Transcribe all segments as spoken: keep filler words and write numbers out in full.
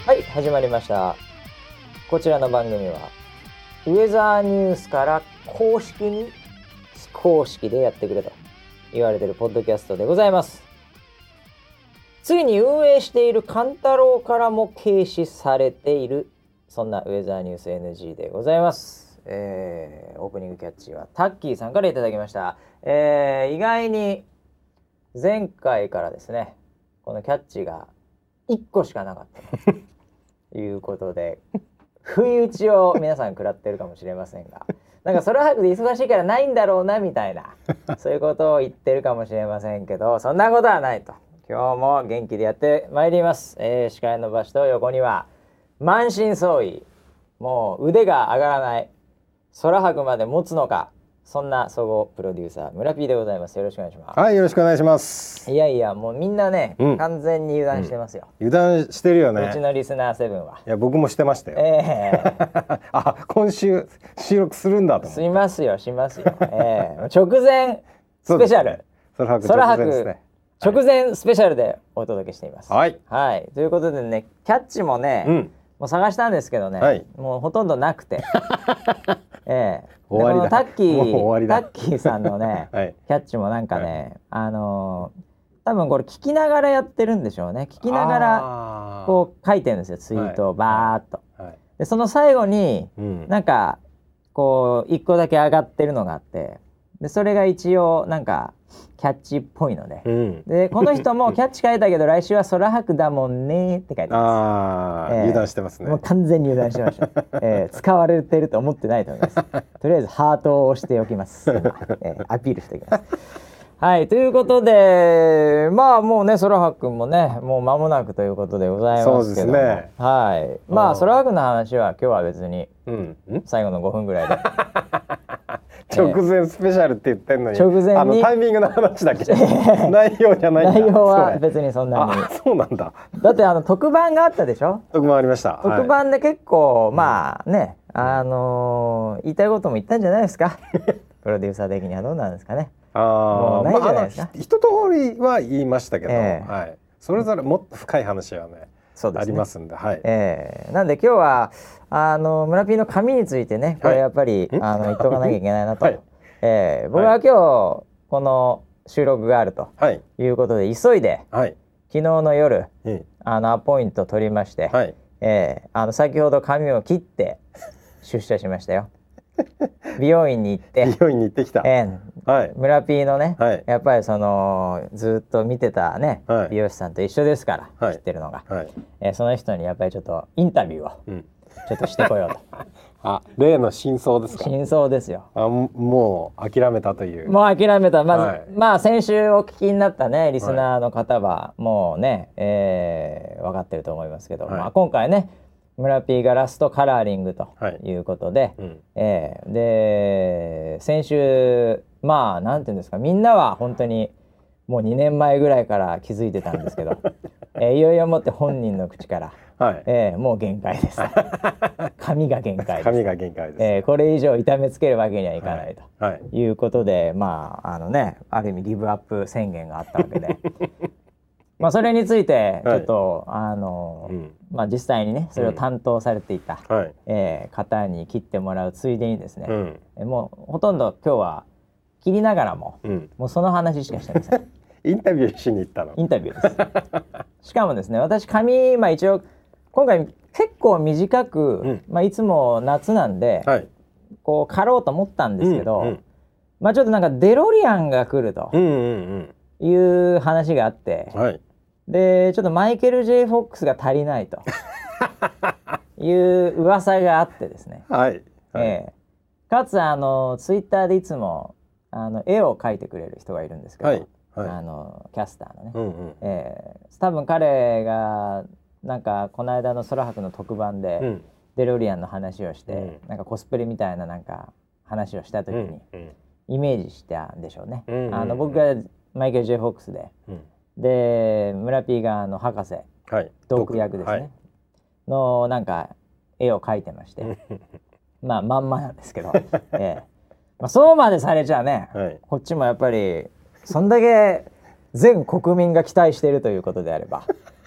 はい、始まりました。こちらの番組はウェザーニュースから公式に非公式でやってくれと言われているポッドキャストでございます。ついに運営しているカンタロウからも軽視されている、そんなウェザーニュース エヌジー でございます。えー、オープニングキャッチはタッキーさんからいただきました。えー、意外に前回からですね、このキャッチがいっこしかなかったということで不意打ちを皆さん食らってるかもしれませんが、なんかそれは早くで忙しいからないんだろうなみたいなそういうことを言ってるかもしれませんけど、そんなことはないと。今日も元気でやってまいります。えー、司会の場所と横には満身創痍、もう腕が上がらない、空白まで持つのか、そんな総合プロデューサー村 P でございます。よろしくお願いします。 はい、よろしくお願いします。 いやいや、もうみんなね、うん、完全に油断してますよ、 うん、油断してるよね。 うちのリスナーセブンは。 いや、僕もしてましたよ。 えー、 あ、今週収録するんだと思って。 しますよしますよ、えー、直前スペシャル、 空白直前ですね。 直前スペシャルでお届けしています。 はい、はい、 ということでね、キャッチもね、うん、もう探したんですけどね、はい、もうほとんどなくてええー、終わりだ。タッキータッキーさんのね、はい、キャッチもなんかね、はい、あのー、多分これ聞きながらやってるんでしょうね。聞きながらこう書いてるんですよ、ツイートをバーっと、はいはい、でその最後に、うん、なんかこういっこだけ上がってるのがあって、でそれが一応なんかキャッチっぽいので、うん、でこの人もキャッチ書いたけど来週は空白だもんねって書いてます。あ、えー、 油断してますね。 もう完全に油断してました、えー、使われてると思ってないと思います。とりあえずハートを押しておきます、えー、アピールしておきます。はい、ということで、まあもうね、空白くんもね、もう間もなくということでございますけども、そうですね、はい、まあ空白の話は今日は別に、うん、最後のごふんぐらいで直前スペシャルって言ってんのに、 直前にあのタイミングの話だけ内容じゃないんだ。 内容は別にそんなに。 あ、そうなんだ。 だってあの特番があったでしょ。 特番ありました。 特番で結構、はい、まあね、あのー、言いたいことも言ったんじゃないですかプロデューサー的にはどうなんですかね。 あもうないんじゃないですか。まあ、一通りは言いましたけど、えーはい、それぞれもっと深い話はね、そうですね、ありますんで、はい、 えー、なんで今日はあの村 P の髪についてね、これやっぱり、はい、あの言っとかなきゃいけないなと、はい、えー、僕は今日この収録があるということで、はい、急いで、はい、昨日の夜、うん、あのアポイント取りまして、はい、えー、あの先ほど髪を切って出社しましたよ美容院に行って美容院に行ってきた、 えーはい、村 P のね、はい、やっぱりそのずっと見てたね、はい、美容師さんと一緒ですから、はい、知ってるのが、はい、えー、その人にやっぱりちょっとインタビューをちょっとしてこようと、うん、 あ、例の真相ですか。 真相ですよ。 あ、もう諦めたという。 もう諦めた。まず、はい、まあ先週お聞きになったねリスナーの方はもうね、えー、分かってると思いますけど、はい、まあ、今回ね村 P がラストカラーリングということで、はい、うん、えー、で先週まあなんていうんですか、みんなは本当にもうにねんまえぐらいから気づいてたんですけど、えー、いよいよもって本人の口から、はい、えー、もう限界です髪が限界です。 髪が限界です、 えー、これ以上痛めつけるわけにはいかないと、はいはい、いうことで、まああのね、ある意味ギブアップ宣言があったわけでまあそれについてちょっと、はい、あの、うん、まあ、実際にねそれを担当されていた、うん、えー、方に切ってもらうついでにですね、うん、えもうほとんど今日は切りながらも、うん、もうその話しかしてませんインタビューしに行ったの。 インタビューですしかもですね、私髪、まあ、一応今回結構短く、うん、まあ、いつも夏なんで、はい、こう刈ろうと思ったんですけど、うんうん、まあ、ちょっとなんかデロリアンが来るという話があって、はい、でちょっとマイケル・ジェイ・フォックスが足りないという噂があってですね、はいはい、えー、かつあのツイッターでいつもあの絵を描いてくれる人がいるんですけど、はいはい、あのキャスターのね、うんうん、えー、多分彼がなんかこの間の空白の特番で、うん、デロリアンの話をして、うん、なんかコスプレみたいななんか話をした時に、うんうん、イメージしたんでしょうね、うんうんうん、あの僕がマイケル・ジェイ・フォックスで、うん、で村 P があの博士、はい、ドーク役ですね、はい、のなんか絵を描いてましてまあまんまなんですけど、えーまあ、そうまでされちゃね、はい、こっちもやっぱりそんだけ全国民が期待しているということであれば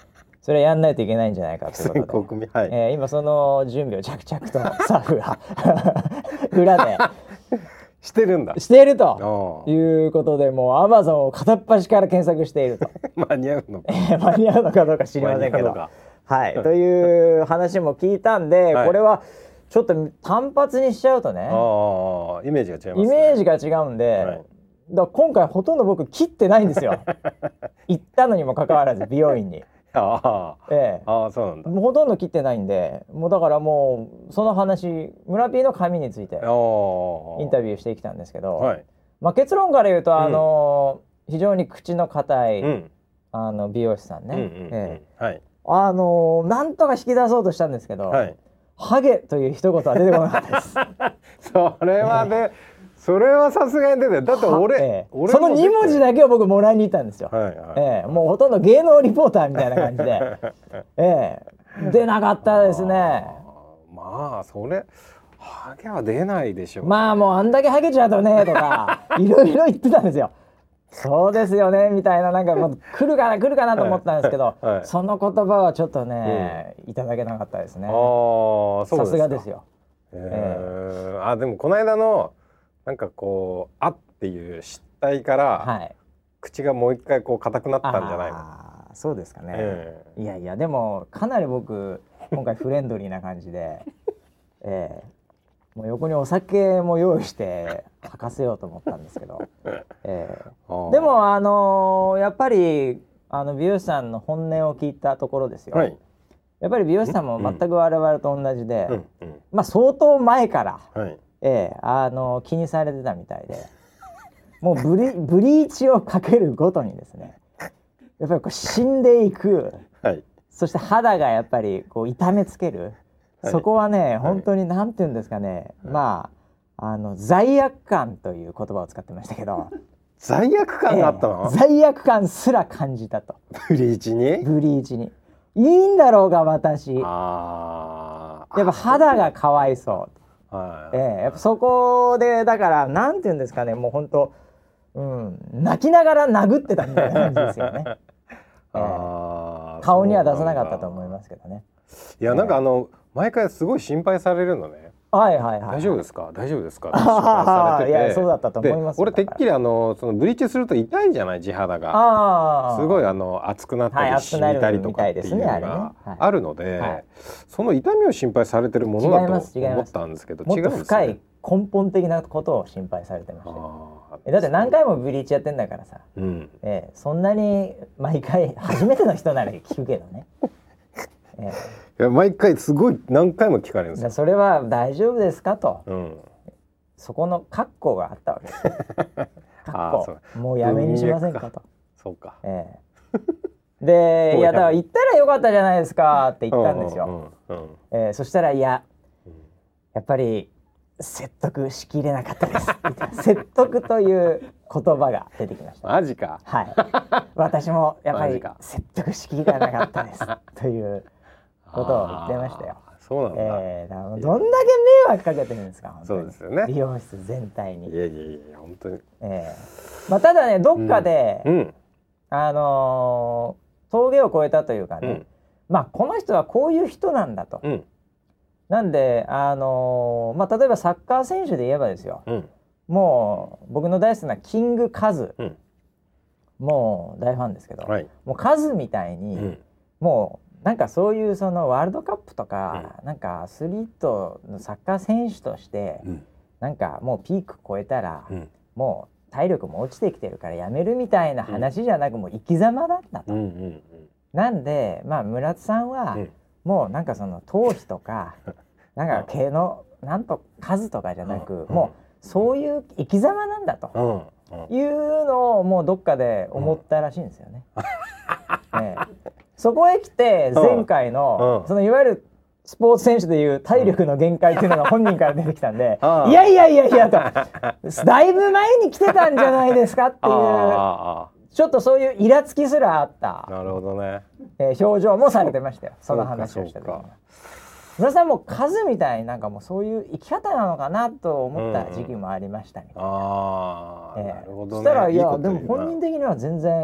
それやんないといけないんじゃないかということで、 全国民、はい、 えー、今その準備を着々とスタッフが裏でしてるんだしているということで、もうアマゾンを片っ端から検索していると間に合うのか間に合うのかどうか知りませんけど、はいという話も聞いたんで、はい、これはちょっと単発にしちゃうとね、 あイメージが違いますね。 イメージが違うんで、はい、だから今回ほとんど僕切ってないんですよ行ったのにもかかわらず美容院にああ、ええ、あそうなんだ。 もうほとんど切ってないんで、もうだからもうその話村 P の髪についてインタビューしてきたんですけど、はい、まあ、結論から言うと、うん、あの非常に口の硬い、うん、あの美容師さんね、うんうんうん、ええ、はい、あのなんとか引き出そうとしたんですけど、はい、ハゲという一言は出てこなかったですそれはね、それはさすがに出てる。だって俺、ええ、俺そのに文字だけを僕もらいに行ったんですよ、はいはい、ええ、もうほとんど芸能リポーターみたいな感じで、ええ、出なかったですね。 まあそれハゲは出ないでしょう、ね、 まあもうあんだけハゲちゃうとねとかいろいろ言ってたんですよそうですよねみたいな、なんかもう来るかな来るかなと思ったんですけど、はいはい、その言葉はちょっとね、うん、いただけなかったですね。あ、そうですか。さすがですよ。 えーえー、あでもこの間のなんかこうあっていう失態から、はい、口がもう一回こう硬くなったんじゃないの。 あ、そうですかね、えー、いやいやでもかなり僕今回フレンドリーな感じで、えー、もう横にお酒も用意して吐かせようと思ったんですけど、えー、でもあのー、やっぱりあの美容師さんの本音を聞いたところですよ、はい、やっぱり美容師さんも全く我々と同じで、うんうん、まあ相当前から、はい、えー、あの気にされてたみたいで、もうブリ、ブリーチをかけるごとにですね、やっぱりこう死んでいく、はい、そして肌がやっぱりこう痛めつける、はい、そこはね、はい、本当になんていうんですかね、はい、まああの罪悪感という言葉を使ってましたけど罪悪感があったの、 えー、罪悪感すら感じたと。 ブリーチにブリーチにいいんだろうが私、あやっぱ肌がかわいそう、はい、えー、やっぱそこでだからなんていうんですかね、もう本当、うん、泣きながら殴ってたみたいな感じですよねえー、顔には出さなかったと思いますけどね。 いや、なんかあの毎回すごい心配されるのね。 はいはいはい、 大丈夫ですか大丈夫ですかって心配されてて、 いやそうだったと思います。 俺てっきりあのそのブリーチすると痛いじゃない、地肌がすごいあの熱くなったりしみたりとかっていうのがあるので、はい、その痛みを心配されてるものだと思ったんですけど、 違うんですね。もっと深い根本的なことを心配されてましたよ。だって何回もブリーチやってんだからさ、うん、えー、そんなに毎回初めての人なら聞くけどねえー、いや毎回すごい何回も聞かれるんですよ。 それは大丈夫ですかと、うん、そこのカッコがあったわけですカッコもうやめにしませんかと。 そうか、 えー、でいやだから言ったらよかったじゃないですかって言ったんですよ、うんうんうん、えー、そしたらいややっぱり説得しきれなかったです説得という言葉が出てきました。 マジか。 はい。私もやっぱり説得しきれなかったですということを言ってましたよ。 そうなんだ。 えー、だからどんだけ迷惑かけてるんですか。本当にそうですよね。美容室全体に。 いやいやいや本当に。 えー、まあただね、どっかで、うんうん、あのー、峠を越えたというかね、うん、まあこの人はこういう人なんだと。うん、なんであのー、まあ例えばサッカー選手で言えばですよ。うん、もう僕の大好きなキングカズ、うん、もう大ファンですけど、はい、もうカズみたいに、うん、もうなんかそういうそのワールドカップとか、うん、なんかアスリートのサッカー選手として、うん、なんかもうピーク超えたら、うん、もう体力も落ちてきてるからやめるみたいな話じゃなく、うん、もう生き様だったと、うんうんうん、なんでまあ村津さんは、うん、もうなんかその頭皮とかなんか毛のなんと数とかじゃなく、うん、もうそういう生き様なんだと、うんうん、いうのをもうどっかで思ったらしいんですよね。うんね、そこへ来て前回の、うん、そのいわゆるスポーツ選手でいう体力の限界っていうのが本人から出てきたんで、うん、いやいやいやいやとだいぶ前に来てたんじゃないですかっていうちょっとそういうイラつきすらあったなるほどね、 えー、表情もされてましたよ。その話をした時には村さんも数みたいになんかもうそういう生き方なのかなと思った時期もありましたみたいな、うんうん、あ、えー、なるほどね。そしたらいやでも本人的には全然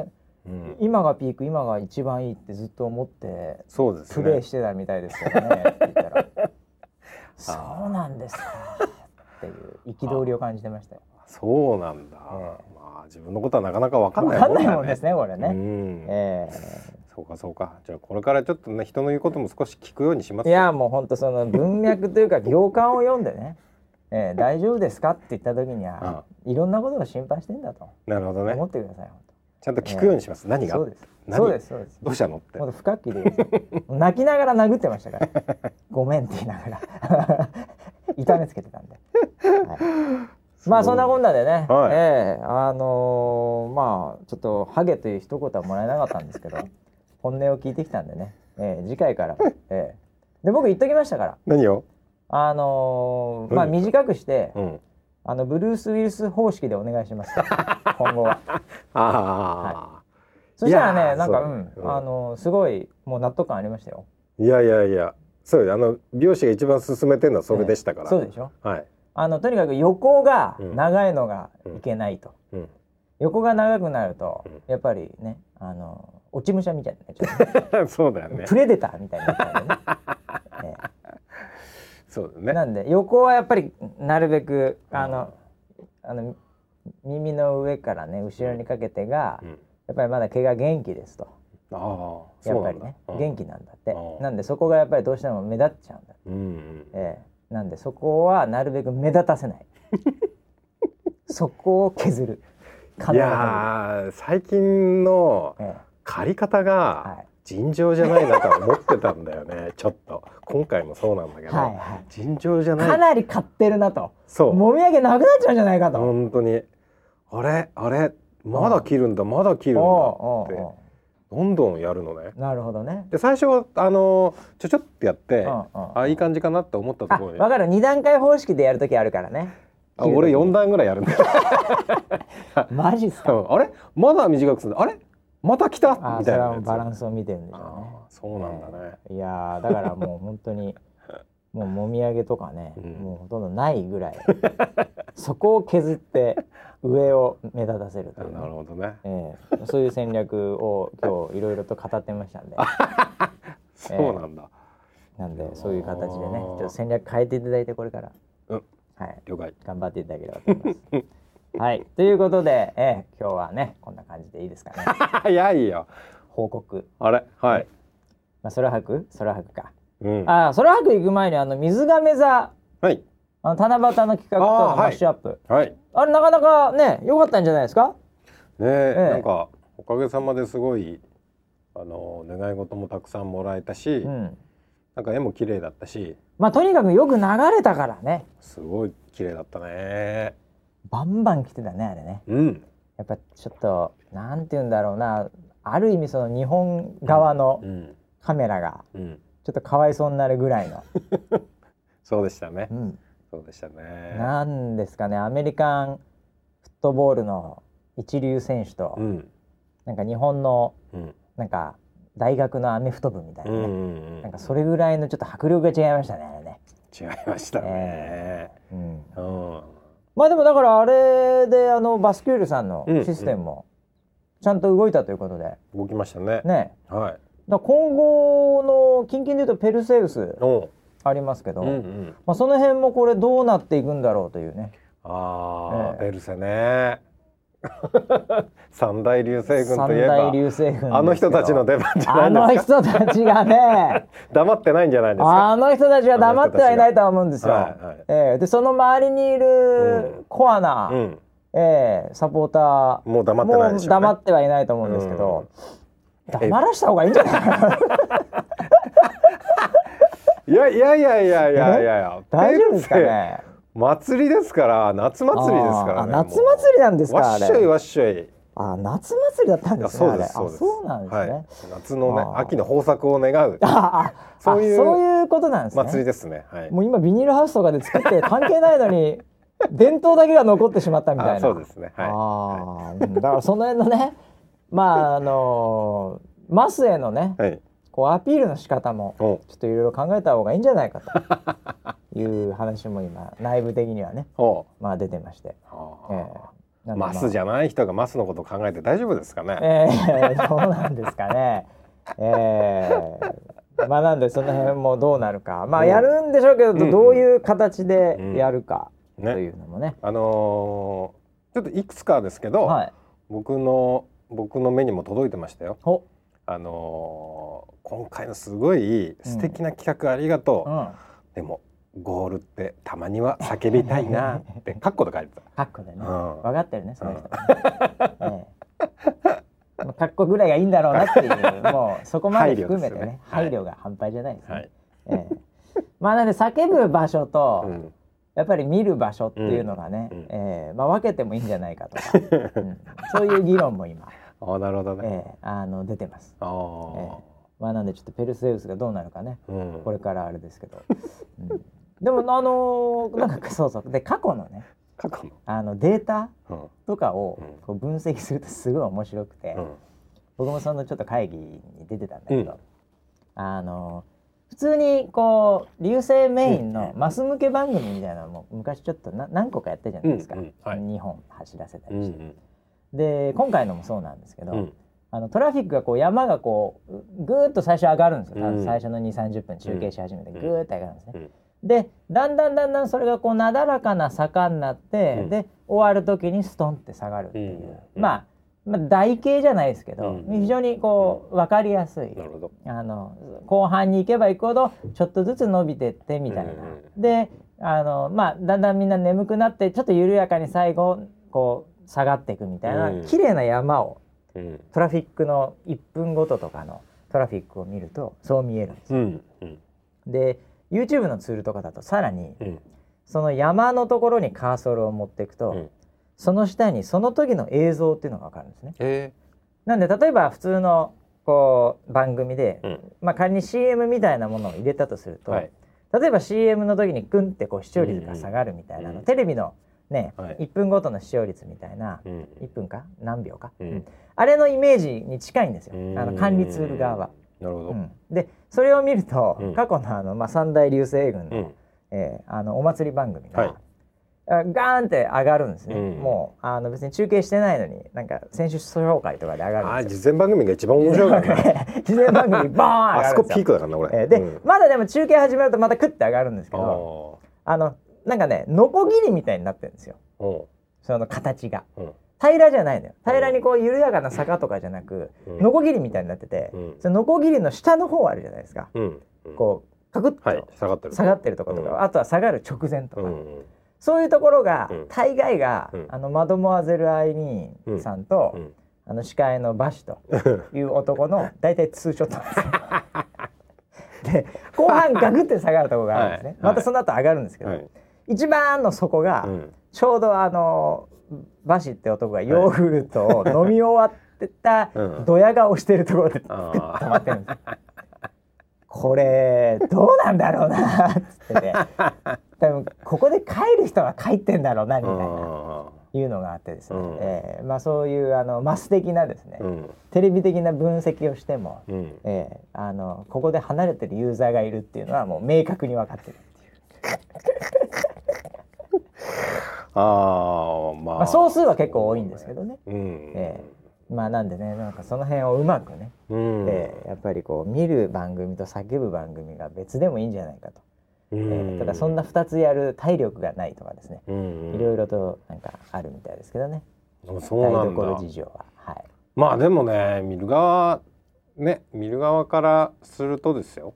うん、今がピーク、今が一番いいってずっと思ってそうです、ね、 プレイしてたみたいですけどねって言ったらそうなんですかっていう憤りを感じてましたよ。 そうなんだ、えー、まあ自分のことはなかなか分かんないもんだね。 分かんないもんですねこれね、 うんえー、そうかそうか。じゃあこれからちょっとね人の言うことも少し聞くようにします。 いやもう本当その文脈というか行間を読んでねえー、大丈夫ですかって言った時には、うん、いろんなことを心配してんだと。 なるほどね。 思ってください。 ちゃんと聞くようにします。えー、何が？ そうです。そうですそうです。 どうしたのって。 もっと深く聞いてください。泣きながら殴ってましたから。ごめんって言いながら痛めつけてたんで。はい、まあそんなこんなでね。はい、えー、あのー、まあちょっとハゲという一言はもらえなかったんですけど、本音を聞いてきたんでね。えー、次回から。えー、で僕言っときましたから。 何を？ あのー、まあ短くして、うん、あのブルース・ウィルス方式でお願いします今後は。あ、はい、そしたらねなんかう、うんうん、あのー、すごいもう納得感ありましたよ。 いやいやいやそうあの美容師が一番勧めてるのはそれでしたから、 ね、そうでしょ、 はい、 あのとにかく横が長いのがいけないと、うんうん、横が長くなると、うん、やっぱりねあの落ち武者みたいになっちゃう、ね、 そうだよね。 プレデターみたいになっちゃうんでね、えーそうだね、 なんで横はやっぱりなるべくあの、あの耳の上からね後ろにかけてが、うん、やっぱりまだ毛が元気ですと。あやっぱりね元気なんだって。なんでそこがやっぱりどうしても目立っちゃうんだ、うんうんえー、なんでそこはなるべく目立たせないそこを削る。 いや最近の刈り方が、はい尋常じゃないなと思ってたんだよねちょっと今回もそうなんだけど、はいはい、尋常じゃないかなり買ってるなと。そうもみあげなくなっちゃうんじゃないかと。 本当にあれあれまだ切るんだまだ切るんだってどんどんやるのね。 なるほどね。 で最初はあのちょちょってやってあいい感じかなって思ったところに分かるに段階方式でやるときあるからね。 あ俺よん段ぐらいやるんだよマジっすか。 あれまだ短くするんだあれまた来たみたいな。 それはバランスを見てるんでしょうね。 そうなんだね、 えー、いやだからもう本当にもうもみあげとかね、うん、もうほとんどないぐらいそこを削って上を目立たせるという、ね、 なるほどね、 えー、そういう戦略を今日いろいろと語ってましたんでそうなんだ、 えー、なんでそういう形でねちょっと戦略変えていただいてこれから、 うんはい、了解頑張っていただければと思いますはいということで、えー、今日はねこんな感じでいいですかね早いよ報告あれはい、 まあ、空白空白か、うん、あ空白行く前にあの水亀座、はい、あの七夕の企画とのマッシュアップ あ,、はい、あれなかなかね良かったんじゃないですかねえ、ええ、なんかおかげさまですごいあの願い事もたくさんもらえたし、うん、なんか絵も綺麗だったしまあとにかくよく流れたからねすごい綺麗だったね。 バンバン来てたねあれね、 うん、 やっぱちょっとなんて言うんだろうなある意味その日本側のカメラがちょっとかわいそうになるぐらいの、 うん、そうでしたね、 うん、 そうでしたね。 なんですかねアメリカンフットボールの一流選手と、うん、なんか日本の、うん、なんか大学のアメフト部みたいなね、うんうんうん、なんかそれぐらいのちょっと迫力が違いましたねあれね。 違いましたね、えーうんうん、まあでもだからあれであのバスキュールさんのシステムもちゃんと動いたということで、 うんうん、動きましたね。 ね、 はい。 だ今後の近々で言うとペルセウスありますけど、うんうん、まあ、その辺もこれどうなっていくんだろうというね。 あ、えー、ペルセね三大流星群といえば三大流星群あの人たちの出番じゃないですか。 あの人たちがね黙ってないんじゃないですか。 あの人たちは黙ってはいないと思うんですよ、はいはい、えー、でその周りにいるコアな、うん、えー、サポーターもう黙ってないでしょうね。 もう黙ってはいないと思うんですけど、うん、黙らした方がいいんじゃないかないやいやいやいやいやいや大丈夫ですかね。 祭りですから夏祭りですからね。 夏祭りなんですか。 わっしょいわっしょい。 あ、夏祭りだったんですね。 そうですそうです。 そうなんですね、はい、 夏のね秋の豊作を願うそういうそういうことなんですね。 祭りですね、はい、 もう今ビニールハウスとかで作って関係ないのに伝統だけが残ってしまったみたいな。 そうですね、はい、 あ、はい、だからその辺のねまああのマスへのね、はい、こうアピールの仕方もちょっといろいろ考えた方がいいんじゃないかという話も今内部的にはねまあ出てまして、えー、 マスじゃない人がマスのことを考えて大丈夫ですかね。 えー、どうなんですかね。えー、まあなんでその辺もどうなるか、まあやるんでしょうけど、うん、どういう形でやるかというのもね。 ね、あのー、ちょっといくつかですけど、はい、僕の僕の目にも届いてましたよ。あのー、今回のすごい素敵な企画ありがとう。うんうん、でもゴールってたまには叫びたいなってカッコで書いてた。 カッコでね、うん、分かってるねその人、ね。ええ、カッコぐらいがいいんだろうなっていうもうそこまで含めてね、配慮が半端じゃないですね。はい、ええ、まあなんで叫ぶ場所と、うん、やっぱり見る場所っていうのがね、うん、えー、まあ、分けてもいいんじゃないかとか、うん、そういう議論も今あ、なるほどね、 えー、あの出てます。あ、えー、まあなんでちょっとペルセウスがどうなるかね、うん、これからあれですけど、うん、でもあのー、なんかそうそうで過去のね過去のあのデータとかをこう分析するとすごい面白くて、うん、僕もそのちょっと会議に出てたんだけど、うん、あのー普通にこう流星メインのマス向け番組みたいなのも昔ちょっとな何個かやったじゃないですか、うんうん、はい、にほん走らせたりして、うんうん、で今回のもそうなんですけど、うん、あのトラフィックがこう山がこうぐーっと最初上がるんですよ、うん、最初の にじゅうさんじゅっぷん中継し始めてぐーっと上がるんですね、うんうん、でだんだんだんだんそれがこうなだらかな坂になって、うん、で終わる時にストンって下がるっていう、うん、まあまあ、台形じゃないですけど、うん、非常にこう分かりやすい、なるほど、あの後半に行けば行くほどちょっとずつ伸びてってみたいな、うん、であの、まあ、だんだんみんな眠くなってちょっと緩やかに最後こう下がっていくみたいな、うん、綺麗な山を、うん、トラフィックのいっぷんごととかのトラフィックを見るとそう見えるんですよ、うんうん、で YouTube のツールとかだとさらに、うん、その山のところにカーソルを持っていくと、うん、その下にその時の映像っていうのが分かるんですね、えー、なんで例えば普通のこう番組で、うん、まあ、仮に シーエム みたいなものを入れたとすると、はい、例えば シーエム の時にクンってこう視聴率が下がるみたいなの、うん、テレビのね、はい、いっぷんごとの視聴率みたいな、うん、いっぷんか何秒か、うんうん、あれのイメージに近いんですよ、あの管理ツール側は。 なるほど、うん、 でそれを見ると、うん、過去のあの、まあ、三大流星群の、うん、えー、あのお祭り番組が、はい、ガーンって上がるんですね、うん、もうあの別に中継してないのになんか選手紹介とかで上がるんですよ。 あ、事前番組が一番面白いからね事前番組バーン上がるんですよ。 あそこピークだからな俺、 えー、で、うん、まだでも中継始まるとまたクッて上がるんですけど、あのなんかねノコギリみたいになってるんですよ、その形が、うん、平らじゃないのよ。平らにこう緩やかな坂とかじゃなく、うん、ノコギリみたいになってて、うん、そのノコギリの下の方あるじゃないですか、うんうん、こうカクッと、はい、下がってる下がってるところとか、うん、あとは下がる直前とか、うんうん、そういうところが、うん、大概が、うん、あのマドモアゼル・アイリーンさんと、うん、あの司会のバシという男の大体ツーショットなんですよで後半ガクって下がるところがあるんですね、はい、またその後上がるんですけど、はい、一番の底が、うん、ちょうどあのバシって男がヨーグルトを飲み終わってたドヤ顔してるところでグッと止まってるんですよ、うん、これどうなんだろうなっつってて多分ここで帰る人は帰ってんだろうなみたいないうのがあってですね、うん、えーまあ、そういうあのマス的なですね、うん、テレビ的な分析をしても、うん、えー、あのここで離れてるユーザーがいるっていうのはもう明確に分かってるっていうあ、まあ、まあ総数は結構多いんですけどね、うん、えー、まあなんでね、なんかその辺をうまくね、うん、えー、やっぱりこう見る番組と叫ぶ番組が別でもいいんじゃないかと、うん、えー、ただそんなふたつやる体力がないとかですね、うん、いろいろとなんかあるみたいですけどね、 そうなんだ、 台所事情は、はい、 まあでもね、見る側ね、見る側からするとですよ、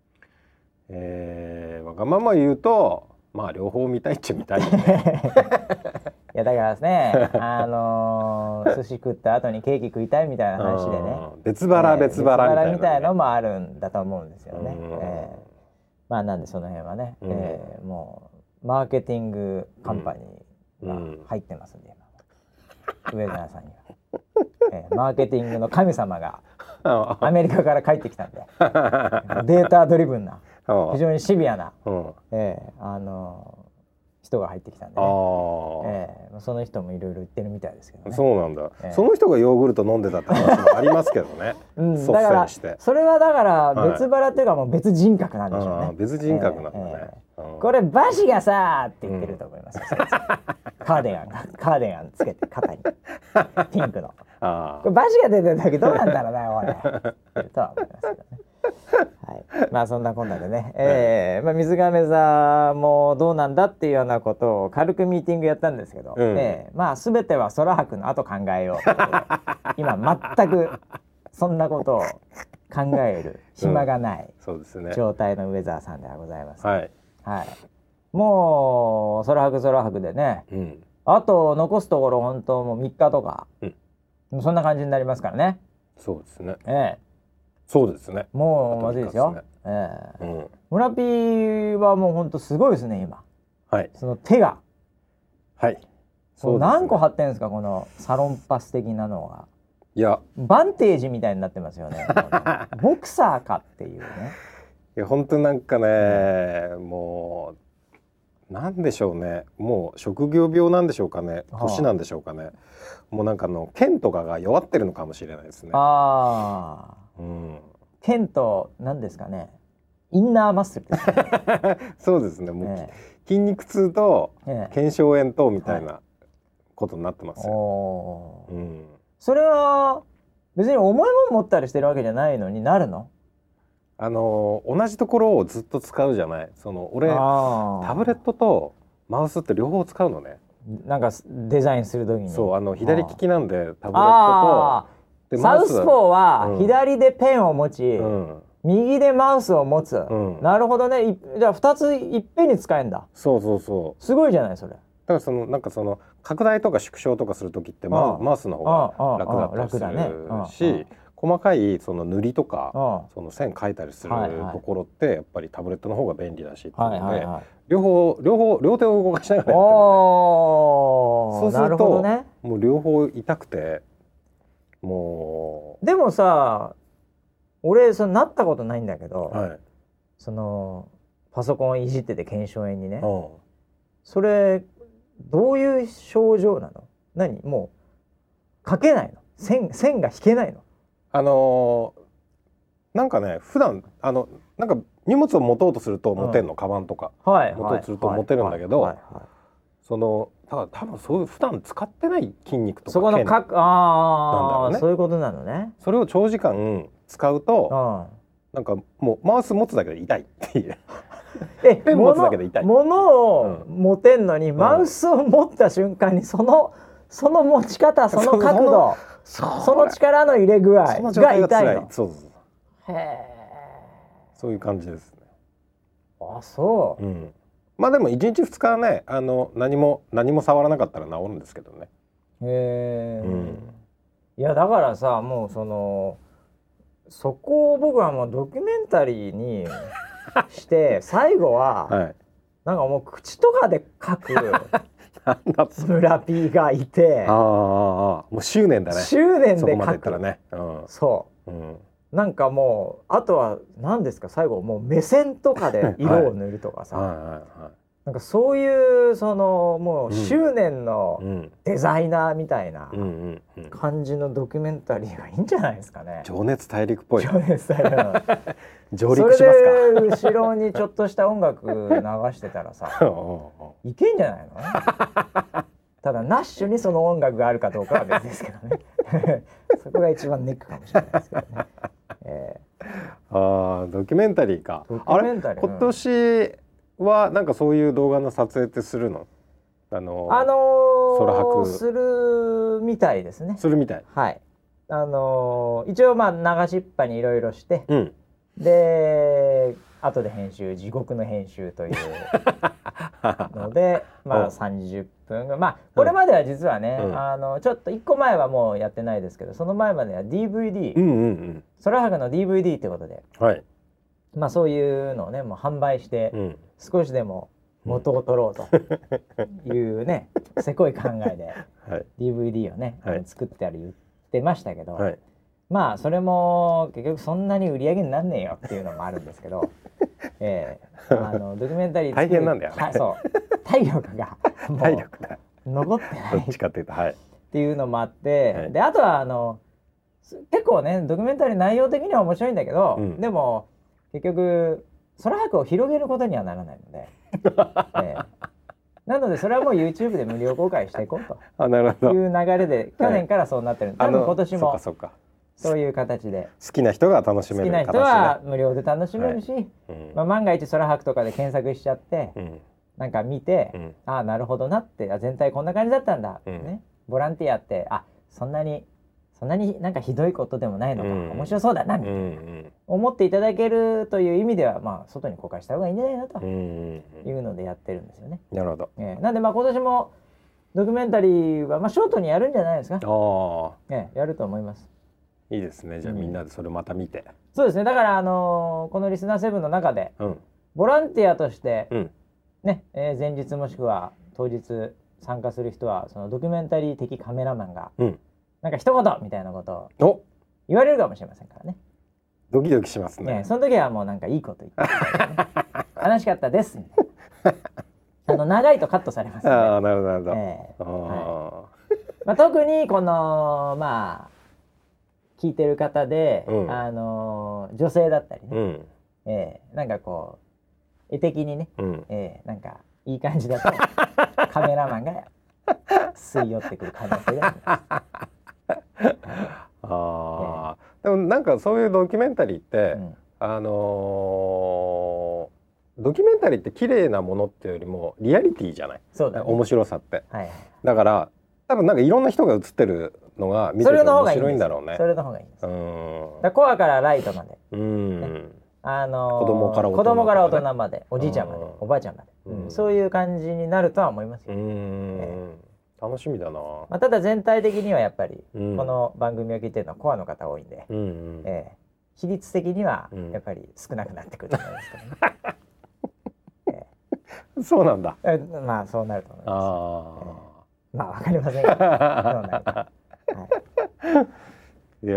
えー、わがまま言うとまあ両方見たいっちゃ見たいよねいやだからですね、あのー、寿司食った後にケーキ食いたいみたいな話でね、 別腹別腹みたいな、ね、 別腹みたいのもあるんだと思うんですよね、えー、まあなんでその辺はね、うん、えー、もうマーケティングカンパニーが入ってますんで、うん、上澤さんには、えー、マーケティングの神様がアメリカから帰ってきたんでデータドリブンな非常にシビアな、うん、えー、あのー、人が入ってきたんで、ね、えー、その人もいろいろ言ってるみたいですけどね。 そうなんだ、えー、その人がヨーグルト飲んでたって話もありますけどね、うん、 だからそれはだから別腹っていうかもう別人格なんでしょうね、 はい、別人格なんだね、 えーえー、これバシがさーって言ってると思います、うん、 カーディガンカーディガンつけて肩にピンクのあこれバシが出てる時どうなんだろうな俺とは思いますけどね。はい、まあそんなこんなでね、えーまあ、水亀座もどうなんだっていうようなことを軽くミーティングやったんですけど、うんえー、まあ全ては空白の後考えようということで今全くそんなことを考える暇がない状態のウェザーさんではございます、はいはい、もう空白空白でね、うん、あと残すところ本当もうみっかとか、うん、そんな感じになりますからね。 そうですね、 えーそうですね。 もうまずいですよ。ええーうん、村ピーはもう本当すごいですね今。はい。その手が。はい。そう、ね、何個貼ってんですかこのサロンパス的なのが。いや。バンテージみたいになってますよね。ボクサーかっていうね。 いや本当なんかね、うん、もうなんでしょうね。もう職業病なんでしょうかね。年なんでしょうかね。はあ、もうなんかの剣とかが弱ってるのかもしれないですね。ああ。うん、 剣と何ですかねインナーマッスルですねそうですねもう、えー、筋肉痛と腱鞘炎とみたいなことになってますよ、 はいうん、それは別に重いもん持ったりしてるわけじゃないのになるの？ あの同じところをずっと使うじゃない。その俺タブレットとマウスって両方使うのね。 なんかデザインする時にそうあの左利きなんでタブレットとサウスポーは左でペンを持ち、うん、右でマウスを持つ、うん、なるほどね。じゃあふたついっぺんに使えんだ。 そうそうそうすごいじゃないそれ。だからそのなんかその拡大とか縮小とかする時ってマウ、マウスの方が楽だったりするし、ね、細かいその塗りとかその線描いたりするところってやっぱりタブレットの方が便利だしっていうので、はいはいはい、両方両方両手を動かしながらやってるので、そうするとる、ね、もう両方痛くて。もうでもさ俺そのなったことないんだけど、はい、そのパソコンいじってて腱鞘炎にね、うん、それどういう症状なの？何もう書けないの？線線が引けないの？ あのー、なんかね普段あのなんか荷物を持とうとすると持てんの、うん、カバンとか、はい、持とうとすると持てるんだけど、はいはいはい、そのただ多分そういう普段使ってない筋肉とかそこのかああ、ね、そういうことなのね。 それを長時間使うとなんかもうマウス持つだけで痛いっていうえペン持つだけで痛いものを持てんのに、うん、マウスを持った瞬間にそのその持ち方その角度その、その力の入れ具合が痛いの。 そうそうへえそういう感じですね。 あそう、 うんまあでもいちにちふつかはねあの何も何も触らなかったら治るんですけどね。へえ、うん、いやだからさもうそのそこを僕はもうドキュメンタリーにして最後は、はい、なんかもう口とかで書く村 P がいてああもう執念だね。 執念で書くそこまでいったらね、うん、 そう、うんなんかもうあとは何ですか最後もう目線とかで色を塗るとかさ、はいはいはいはい、なんかそういうそのもう執念のデザイナーみたいな感じのドキュメンタリーがいいんじゃないですかね。 情熱大陸っぽい。 情熱大陸上陸しますか。 それで後ろにちょっとした音楽流してたらさいけんじゃないのただナッシュにその音楽があるかどうかは別ですけどねそこが一番ネックかもしれないですけどねえー、あドキュメンタリーか。あれ今年はなんかそういう動画の撮影ってするの？あのー、あのー、空白するみたいですね。 するみたい。 はい。あのー、一応まあ流しっぱにいろいろして、うん、で後で編集地獄の編集というのでまあさんじゅっぷんまあこれまでは実はね、うん、あのちょっといっこまえはもうやってないですけどその前までは ディーブイディー、うんうんうん、空白の ディーブイディー ってことで、はい、まあそういうのをねもう販売して、うん、少しでも元を取ろうというね、うん、せこい考えで、はい、ディーブイディー をね、はい、作ってある言ってましたけど、はい、まあそれも結局そんなに売り上げになんねえよっていうのもあるんですけどえー、あのドキュメンタリー大変なんだよね。 そう体力がもう体力だ残ってないどっちかっていうと、はい、 っていうのもあって、はい、であとはあの結構ねドキュメンタリー内容的には面白いんだけど、うん、でも結局空白を広げることにはならないので、えー、 なのでそれはもう YouTube で無料公開していこうとあ、なるほど、 いう流れで去年からそうなってるんで、はい、多分今年もそうかそういう形で好きな人が楽しめる形で、 好きな人は無料で楽しめるし、はい、うん、まあ、万が一空白とかで検索しちゃって、うん、なんか見て、うん、ああなるほどなって、あ全体こんな感じだったんだ、うん、ね、ボランティアってあそんなにそんなになんかひどいことでもないのか、うん、面白そうだなみたいな、うん、思っていただけるという意味では、まあ、外に公開した方がいいんじゃないのというのでやってるんですよね。 なるほど、 えー、なんでまあ今年もドキュメンタリーは、まあ、ショートにやるんじゃないですか。あ、えー、やると思います。 いいですね。じゃあみんなでそれまた見て、うん、 そうですね。だから、あのー、このリスナーセブンの中で、うん、ボランティアとして、うん、ね、えー、前日もしくは当日参加する人はそのドキュメンタリー的カメラマンが、うん、なんか一言みたいなことを言われるかもしれませんからね。 ドキドキしますね。 ね、その時はもうなんかいいこと言って、ね、楽しかったですみたいな。あの長いとカットされますので。 ああ、なるほどなるほど。えー、 はい、まあ、特にこのまあ聞いてる方で、うん、あの女性だったりね、うん、えー、なんかこう絵的にね、うん、えー、なんかいい感じだとカメラマンが吸い寄ってくる可能性があります。 あ、えー、でもなんかそういうドキュメンタリーって、うん、あのー、ドキュメンタリーって綺麗なものっていうよりもリアリティじゃない。そうだね、面白さって、はいはい、だから多分なんかいろんな人が映ってるのが見てて面白いんだろうね。 それの方がいいんです。うん、だコアからライトまで、うん、ね、あのー、子供から大人まで、子供から大人まで、おじいちゃんまで、おばあちゃんまで、うん、そういう感じになるとは思いますよ。うん、えー、楽しみだな。 まあ、ただ全体的にはやっぱり、うん、この番組を聞いてるのはコアの方多いんで、うんうん、えー、比率的にはやっぱり少なくなってくると思いますけどね。 えー、そうなんだ。 えー、まあそうなると思います。あ、えー、まあわかりませんけど、そうなると。はい、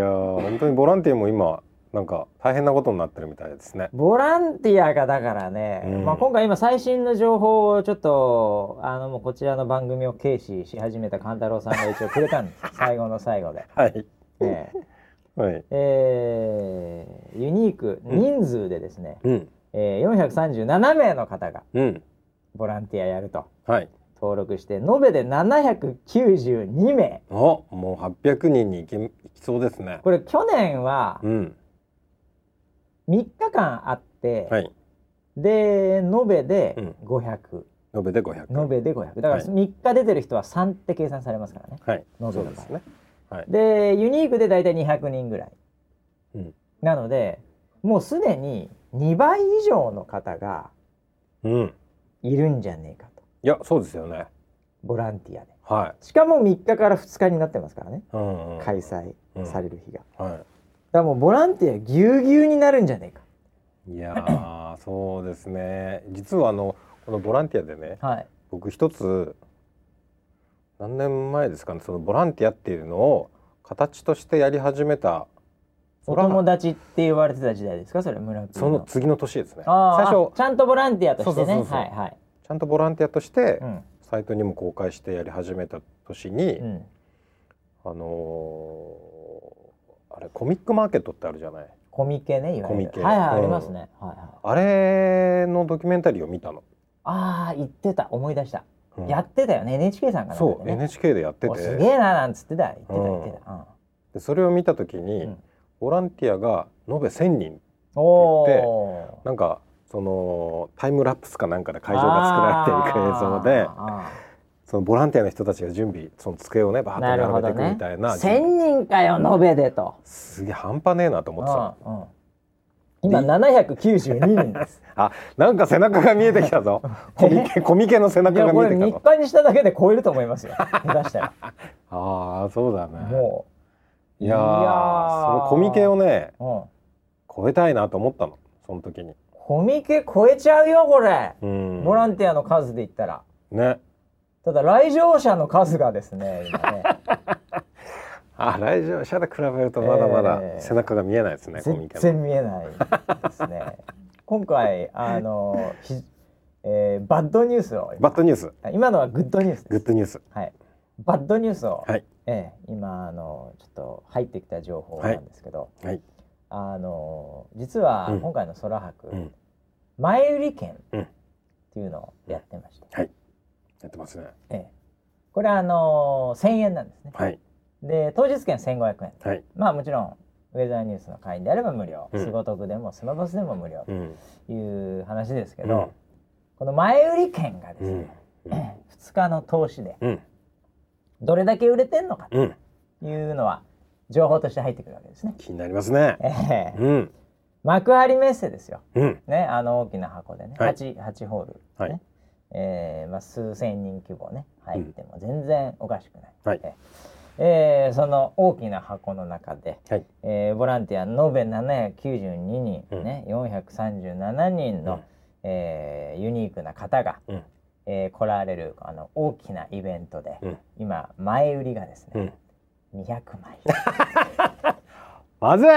いや本当にボランティアも今なんか大変なことになってるみたいですね。 ボランティアがだからね、うん、まあ、今回今最新の情報をちょっとあのもうこちらの番組を軽視し始めた勘太郎さんが一応くれたんです最後の最後で。はい、えーはい、えー、ユニーク人数でですね、うん、えー、よんひゃくさんじゅうななめいの方がボランティアやると。はい、登録して延べでななひゃくきゅうじゅうにめい。 お、もうはっぴゃくにんにいけ、いきそうですね。 これ去年はみっかかんあって、はい、で延べでごひゃく、 うん、延べでごひゃく、 延べでごひゃくだからみっか出てる人はさんって計算されますからね、はい、延べの場合ですね、はい、でユニークでだいたいにひゃくにんぐらい、うん、なのでもうすでににばい以上の方がいるんじゃねえかと。 いやそうですよね、 ボランティアで、はい、しかもみっかからふつかになってますからね、うんうん、開催される日が、うん、はい、だからもうボランティアぎゅうぎゅうになるんじゃねえか。 いやそうですね。実はあのこのボランティアでね、はい、僕一つ何年前ですかね、そのボランティアっていうのを形としてやり始めたお友達って言われてた時代ですか、それ村君の。 その次の年ですね。 最初ちゃんとボランティアとしてね、はいはい、 ちゃんとボランティアとして、うん、サイトにも公開してやり始めた年に、うん、あのー、あれコミックマーケットってあるじゃない。 コミケね、いわゆるコミケ、はいはい、うん、ありますね、はいはい、 あれのドキュメンタリーを見たの。 ああ言ってた、思い出した、うん、やってたよね エヌエイチケー さんが、ね、 そう エヌエイチケー でやっててすげえななんつってた言ってた言ってた、うん、 でそれを見た時に、うん、ボランティアが延べせんにんって言ってなんかそのタイムラプスかなんかで会場が作られていく映像でそのボランティアの人たちが準備その机をねバーッと並べていくみたいな、 ね、せんにんかよ延べでとすげえ半端ねえなと思ってた、うんうん、 今ななひゃくきゅうじゅうににんですあ、なんか背中が見えてきたぞコミケ、コミケの背中が見えてきたぞ。いやこれみっかにしただけで超えると思いますよ下手したらああそうだね。もういやーそのコミケをね、うん、超えたいなと思ったのその時に。 コミケ超えちゃうよこれ、うん、ボランティアの数で言ったらね。ただ来場者の数がですね今ねあ、来場者で比べるとまだまだ背中が見えないですね、えー、コミケの。 全然見えないですね今回あのひ、えー、バッドニュースをバッドニュース今のはグッドニュースです。 グッドニュース、 はい、バッドニュースを、はい、えー、今あのちょっと入ってきた情報なんですけど、はいはい、あの実は今回の空白、うん、前売り券っていうのをやってまして、うん、はい、 やってますね。 ええ、これはあのー、せんえんなんですね。 はい。 で当日券せんごひゃくえん、 はい、 まあもちろんウェザーニュースの会員であれば無料、うん、スゴトクでもスマバスでも無料という話ですけど、うん、この前売り券がですね、うん、ふつかの投資でどれだけ売れてんのかというのは情報として入ってくるわけですね。 気になりますね。 えーうん、幕張メッセですよ、うん、ね、あの大きな箱でね、はい、8, 8ホール、ね、はい、えーまあ、数千人規模ね入っても全然おかしくない、うん、はい、えー、その大きな箱の中で、はい、えー、ボランティア延べななひゃくきゅうじゅうににん、うん、ね、よんひゃくさんじゅうななにんの、うん、えー、ユニークな方が、うん、えー、来られるあの大きなイベントで、うん、今前売りがですね、うん、にひゃくまいまずい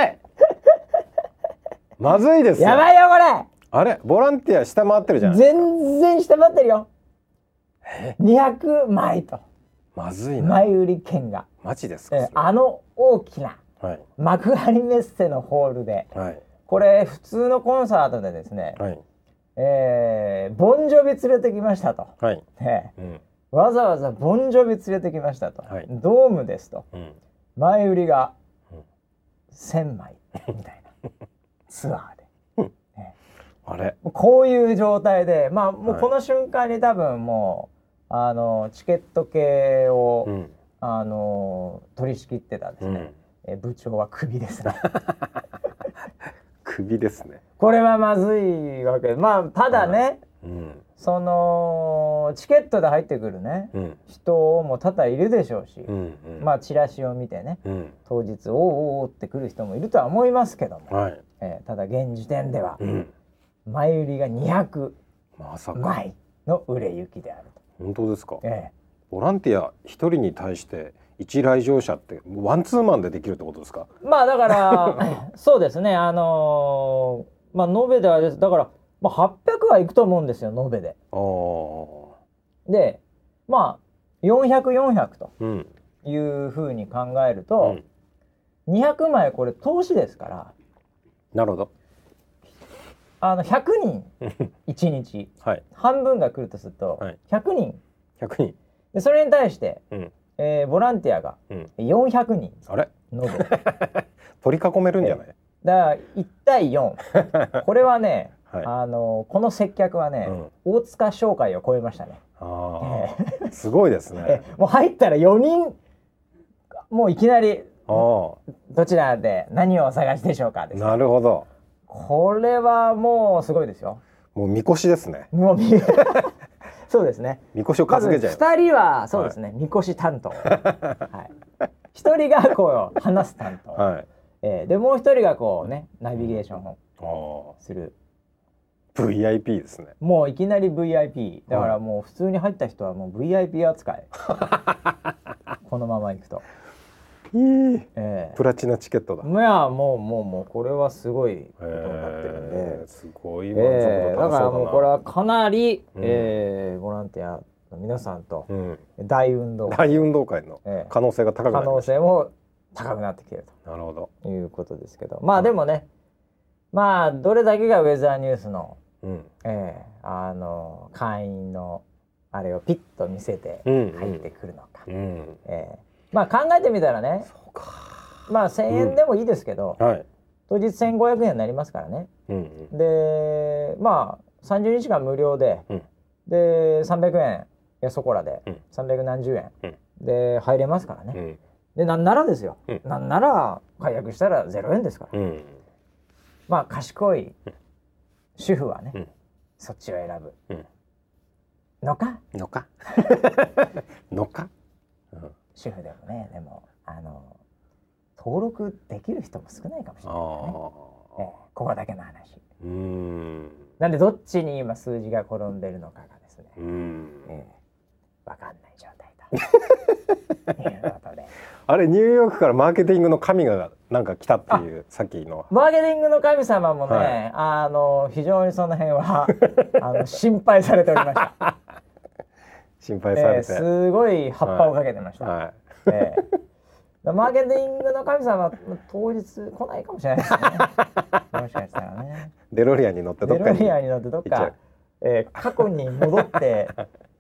まずいですよ。 やばいよこれ。 あれボランティア下回ってるじゃないですか。 全然下回ってるよ。にひゃくまいと。 まずいな。 前売り券が。 マジですか。 えー、あの大きな幕張メッセのホールで、はい、これ普通のコンサートでですね、はい、えー、ボンジョビ連れてきましたと、はい、ね、うん、わざわざボンジョビ連れてきましたと、はい、ドームですと、うん、前売りがせんまいみたいなツアーで、うんね、 あれこういう状態で、まあもうこの瞬間に多分もう、はい、あのチケット系を、うん、あの取り仕切ってたですね、うん、え部長はクビですねクビですね。 これはまずいわけで、まあただね、はい、うん、そのチケットで入ってくるね、うん、人も多々いるでしょうし、うんうん、まあチラシを見てね、うん、当日おーおーって来る人もいるとは思いますけども、はい、えー、ただ現時点では、うん、前売りがにひゃくまいの売れ行きであると。 本当ですか。えー、ボランティアひとりに対していち来場者ってワンツーマンでできるってことですか。 まあだからそうですね、あのー、まあ延べではですだから、まあ、はっぴゃくはいくと思うんですよ延べで。あでまあよんひゃく、よんひゃくというふうに考えると、うん、にひゃくまいこれ投資ですから。 なるほど。 あのひゃくにんいちにち、はい、半分が来るとするとひゃくにん、 ひゃくにんでそれに対して、うん、えー、ボランティアがよんひゃくにん、 あれ取り囲めるんじゃない。 だからいち対よんこれはね、はい、あのこの接客はね、うん、大塚商会を超えましたね。 あすごいですねもう入ったらよにんもういきなりどちらで何をお探しでしょうかです。 なるほど。 これはもうすごいですよ。 もうみこしですね。 もうそうですね。 みこしを担げちゃう。 ふたりはそうですね、はい、みこし担当、はい、ひとりがこう話す担当、はい、えー、でもうひとりがこうねナビゲーションをする、 うん、ブイアイピー ですね。 もういきなり ブイアイピー だからもう普通に入った人はもう ブイアイピー 扱いこのままいくといい、えー、プラチナチケットだ。 いやもうもうもうこれはすごいことになってるんで、えー、 すごい満足度高そうだな、えー、 だからもうこれはかなり、うん、えー、ボランティアの皆さんと大運動会、大運動会の可能性が高くなる、可能性も高くなってきていると。 なるほど。 いうことですけど、まあでもね、うん、まあどれだけがウェザーニュースの、うん、えー、あの会員のあれをピッと見せて入ってくるのか、うんうん、えーまあ考えてみたらね、そうか、まあせんえんでもいいですけど、うん、はい、当日せんごひゃくえんになりますからね、うんうん、でまあさんじゅうにちかん無料で、うん、でさんびゃくえんやそこらで、うん、さんびゃくなんじゅうえん、うん、で入れますからね、うん、でなんならですよ、うん、なんなら解約したらゼロえんですから、うん、まあ賢い主婦はね、うん、そっちを選ぶ、うん、のかのかのか、 うん、主婦でもね、でもあの登録できる人も少ないかもしれないからね、えここだけの話。うーん、なんでどっちに今数字が転んでるのかがですね、うん、えー、分かんない状態ということであれニューヨークからマーケティングの神がなんか来たっていう、さっきのマーケティングの神様もね、はい、あの非常にその辺はあの心配されておりました心配されて、えー、 すごい葉っぱをかけてました、はいはい、えー、マーケティングの神様は当日来ないかもしれないですねもしかしたらねデロリアンに乗ってどっかにデロリアンに乗ってどっか、えー、過去に戻って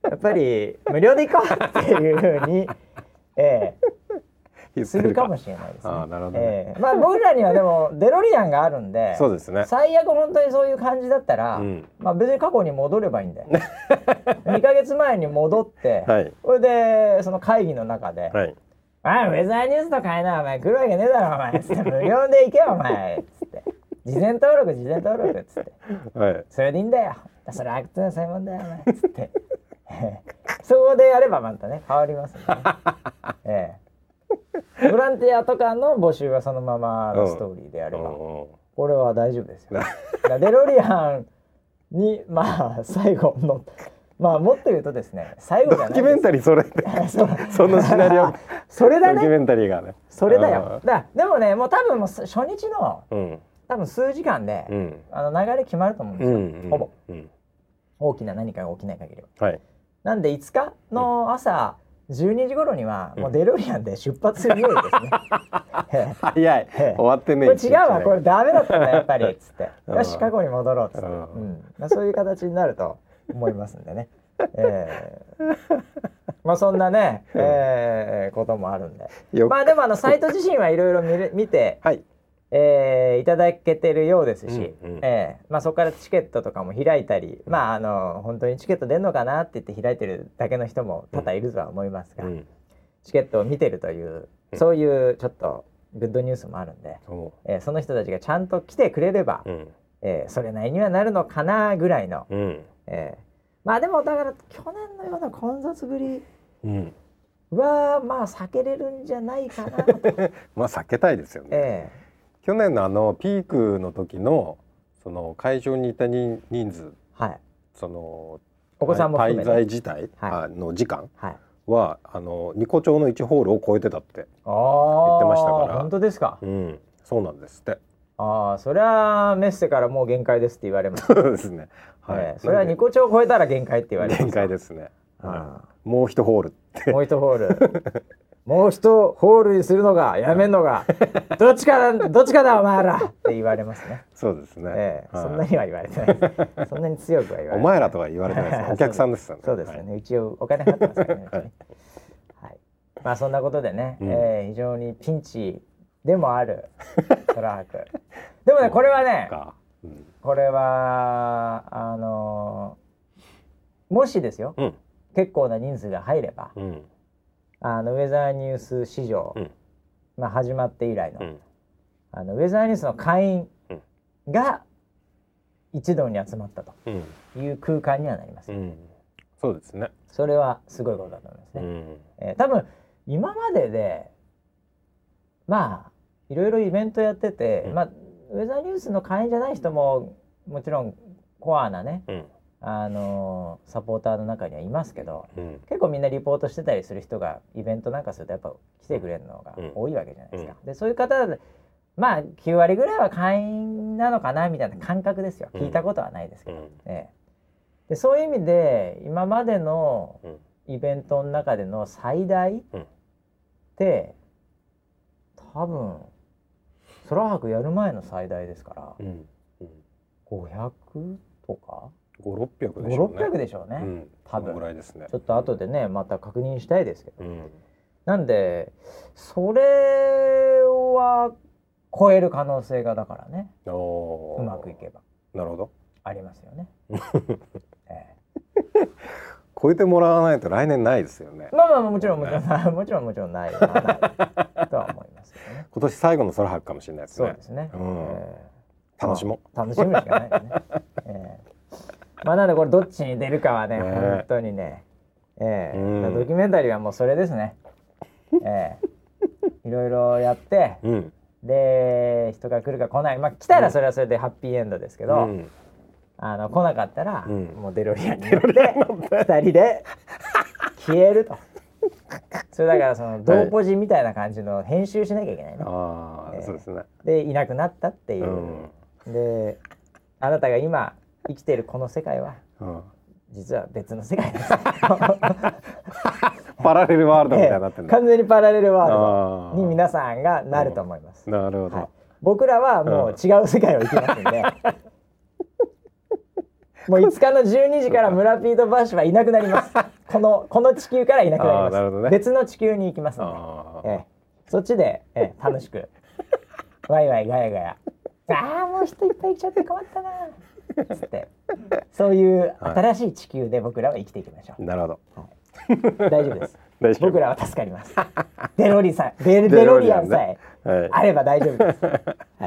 やっぱり無料で行こうっていうふうに、えー、するかもしれないですね。 あ、なるほどね。 えー、まあ僕らにはでもデロリアンがあるんで、 そうですね。 最悪本当にそういう感じだったら、うん、まあ別に過去に戻ればいいんでにかげつまえに戻って、はい、それでその会議の中で、はい、ああウェザーニュースとかいなお前来るわけねえだろお前つって無料で行けよお前つって事前登録事前登録っつって、はい、それでいいんだよそれアクトの専門だよお前つってそこでやればまたね変わりますね、ええ、ボランティアとかの募集はそのままのストーリーでやれば、うん、これは大丈夫ですよデロリアンにまあ最後のまあもっと言うとですね最後じゃないドキュメンタリーそれそのシナリオそれだねドキュメンタリーがねそれだよだでもねもう多分もう初日の、うん、多分数時間で、うん、あの流れ決まると思うんですよ、うんうん、ほぼ、うん、大きな何かが起きない限りは、はい、なんでいつかの朝、うん、じゅうにじ頃にはもうデロリアンで出発するようですね、 うん、早い終わってねこれ違うわこれダメだったんだやっぱりっつってよし過去に戻ろうっつって、うんうん、そういう形になると思いますんでね、えー、まあそんなね、えー、こともあるんでまあでもあのサイト自身はいろいろ見て、はいえー、いただけてるようですし、うんうんえーまあ、そこからチケットとかも開いたり、うん、まああの本当にチケット出んのかなって言って開いてるだけの人も多々いるとは思いますが、うん、チケットを見てるという、うん、そういうちょっとグッドニュースもあるんで、うんえー、その人たちがちゃんと来てくれれば、うんえー、それなりにはなるのかなぐらいの、うんえー、まあでもだから去年のような混雑ぶりは、まあ避けれるんじゃないかなとまあ避けたいですよね、えー去年のあのピークの時のその会場にいた人数、はい、そのお子さんも含めて滞在自体、はい、の時間は、はい、あのニコ町のいちホールを超えてたって言ってましたから。 本当ですか？ うん、そうなんですって。 ああ、それはメッセからもう限界ですって言われます。 そうですね。 はい。えー、それはニコ町を超えたら限界って言われます。 限界ですね。はい、もう一ホールって。 もう一ホール。もう一ホールにするのがやめんのがどっちかだどっちかだお前らって言われますね。 そうですね、 えーはい、そんなには言われてないそんなに強くは言われてない。 お前らとは言われてないです。お客さんですよね。 そうですよね、はい、一応お金払ってますからね、はいはい、まあそんなことでね、うんえー、非常にピンチでもあるソラ博でもねこれはね、うん、これはあのー、もしですよ、うん、結構な人数が入れば、うんあのウェザーニュース史上、うんまあ、始まって以来の、うん、あのウェザーニュースの会員が一堂に集まったという空間にはなります、うんうん、 そうですね。 それはすごいことだと思いますね、うんえー、多分今まででまあいろいろイベントやってて、うんまあ、ウェザーニュースの会員じゃない人ももちろんコアなね、うんあのー、サポーターの中にはいますけど、うん、結構みんなリポートしてたりする人がイベントなんかするとやっぱ来てくれるのが多いわけじゃないですか、うん、でそういう方でまあきゅう割ぐらいは会員なのかなみたいな感覚ですよ。聞いたことはないですけど、うんええ、でそういう意味で今までのイベントの中での最大って多分空博やる前の最大ですから、うんうん、ごひゃくとかごひゃく、ろっぴゃくでしょうね。 ごひゃく、ろっぴゃくでしょうね。うん、多分ぐらいですね。 ちょっと後でねまた確認したいですけど、うん、なんでそれは超える可能性がだからねうまくいけばなるほどありますよね、 えー、超えてもらわないと来年ないですよね。 まあまあもちろんもちろんもちろんもちろんないとは思いますけどね。 今年最後の空博かもしれないですね。 そうですね、うんえー、楽しもう楽しむしかないよね、えー、まあなのでこれどっちに出るかはね、ね本当にね、えー、ドキュメンタリーはもうそれですね、えー、いろいろやって、うん、で人が来るか来ない、まあ来たらそれはそれでハッピーエンドですけど、うん、あの来なかったら、うん、もうデロリアンに乗ってふたりで消えるとそれだからその同ポジみたいな感じの編集しなきゃいけないね、 はいえー、そうですね。 でいなくなったっていう、うん、であなたが今生きているこの世界は、うん、実は別の世界ですパラレルワールドみたいになってるんだ、 えー、完全にパラレルワールドに皆さんがなると思います、 うん、なるほど、 はい、僕らはもう違う世界を生きますんで、 もういつかのじゅうにじから村ピーとバッシュはいなくなりますこのこの地球からいなくなります、なるほどね、別の地球に行きますので、ええ、そっちで、ええ、楽しくワイワイガヤガヤああもう人いっぱい来ちゃって困ったなつってそういう新しい地球で僕らは生きていきましょう、 はい、なるほど、 はい、大丈夫です僕らは助かりますデロリさんデデロリアンさえあれば大丈夫です、はい、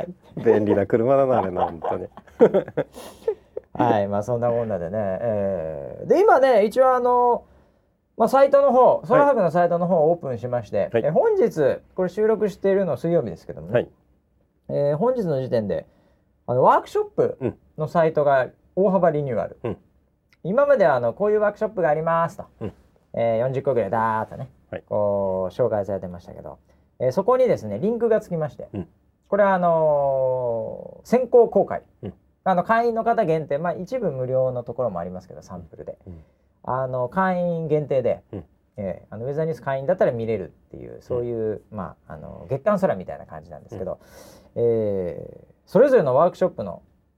便利な車だなあれな本当にはい、まあそんなもんなでね、えー、で今ね一応あの、まあ、サイトの方空白のサイトの方をオープンしまして、はい、え本日これ収録しているの水曜日ですけどもね、はい、えー、本日の時点であのワークショップのサイトが大幅リニューアル、うん、今まではあのこういうワークショップがありますと、うん、えー、よんじゅっこぐらいダーッとね、はい、こう紹介されてましたけど、えー、そこにですねリンクがつきまして、うん、これはあのー、先行公開、うん、あの会員の方限定、まあ、一部無料のところもありますけどサンプルで、うん、あの会員限定で、うん、えー、あのウェザーニュース会員だったら見れるっていうそういう、うん、まあ、あの月刊空みたいな感じなんですけど、うん、えー、それぞれのワークショップの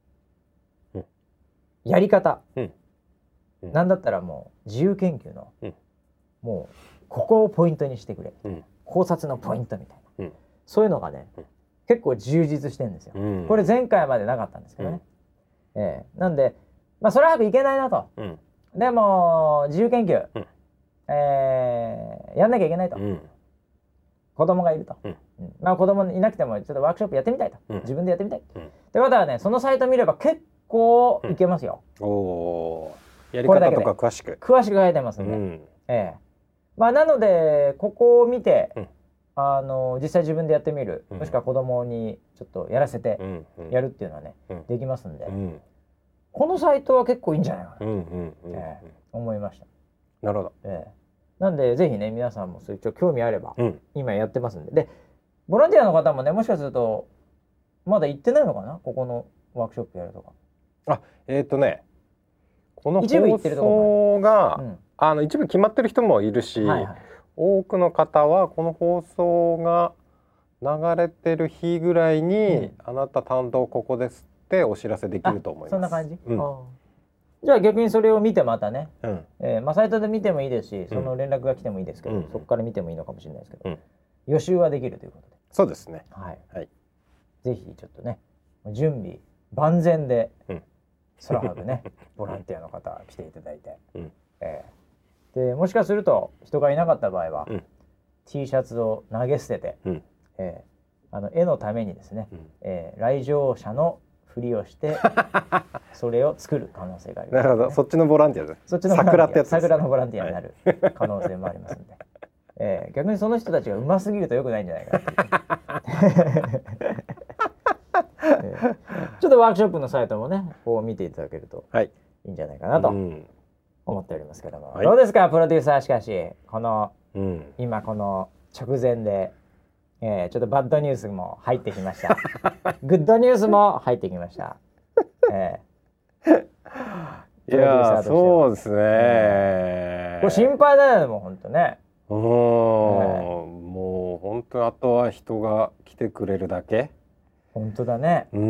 やり方、うんうん、なんだったらもう自由研究の、うん、もうここをポイントにしてくれ、うん、考察のポイントみたいな、うん、そういうのがね、うん、結構充実してるんですよ、うん、これ前回までなかったんですけどね、うん、えー、なんでまあそれは早くいけないなと、うん、でも自由研究、うん、えー、やんなきゃいけないと、うん、子供がいると、うんうん、まあ子供いなくてもちょっとワークショップやってみたいと、うん、自分でやってみたい、うん、ってことはねそのサイト見れば結構いけますよ、うん、おやり方とか詳しく詳しく書いてますんで、うん、ええ、まあなのでここを見て、うん、あの実際自分でやってみる、うん、もしくは子供にちょっとやらせてやるっていうのはね、うん、できますんで、うん、このサイトは結構いいんじゃないかなと、うんうんうん、ええ、思いました。 なるほど、 ええ、なんでぜひね皆さんもそういう興味あれば、うん、今やってますんで、でボランティアの方もねもしかするとまだ行ってないのかな、ここのワークショップやるとか。 あ、えっとねこの放送が、うん、あの一部決まってる人もいるし、はいはい、多くの方はこの放送が流れてる日ぐらいに、うん、あなた担当ここですってお知らせできると思います。 そんな感じ、うん、あじゃあ逆にそれを見てまたね、うん、えーまあ、サイトで見てもいいですしその連絡が来てもいいですけど、うん、そこから見てもいいのかもしれないですけど、うん、予習はできるということで。 そうですね、 はいはい、ぜひちょっとね準備万全で、うん、空白ねボランティアの方来ていただいて、うん、えー、でもしかすると人がいなかった場合は、うん、T シャツを投げ捨てて、うん、えー、あの絵のためにですね、うん、えー、来場者のふりをしてそれを作る可能性があります、ね、 なるほど、そっちのボランティアです。 そっちの桜ってやつですね、桜のボランティアになる可能性もありますので、はい、えー、逆にその人たちがうますぎると良くないんじゃないかなってえー、ちょっとワークショップのサイトもねこう見ていただけるといいんじゃないかなと思っておりますけども、はい、どうですかプロデューサー。しかしこの、うん、今この直前で、えー、ちょっとバッドニュースも入ってきましたグッドニュースも入ってきました、えー、 いやそうですね、えー、これ心配だよねもうほんとね。 うん、えー、もう本当あとは人が来てくれるだけ。 本当だね、うん、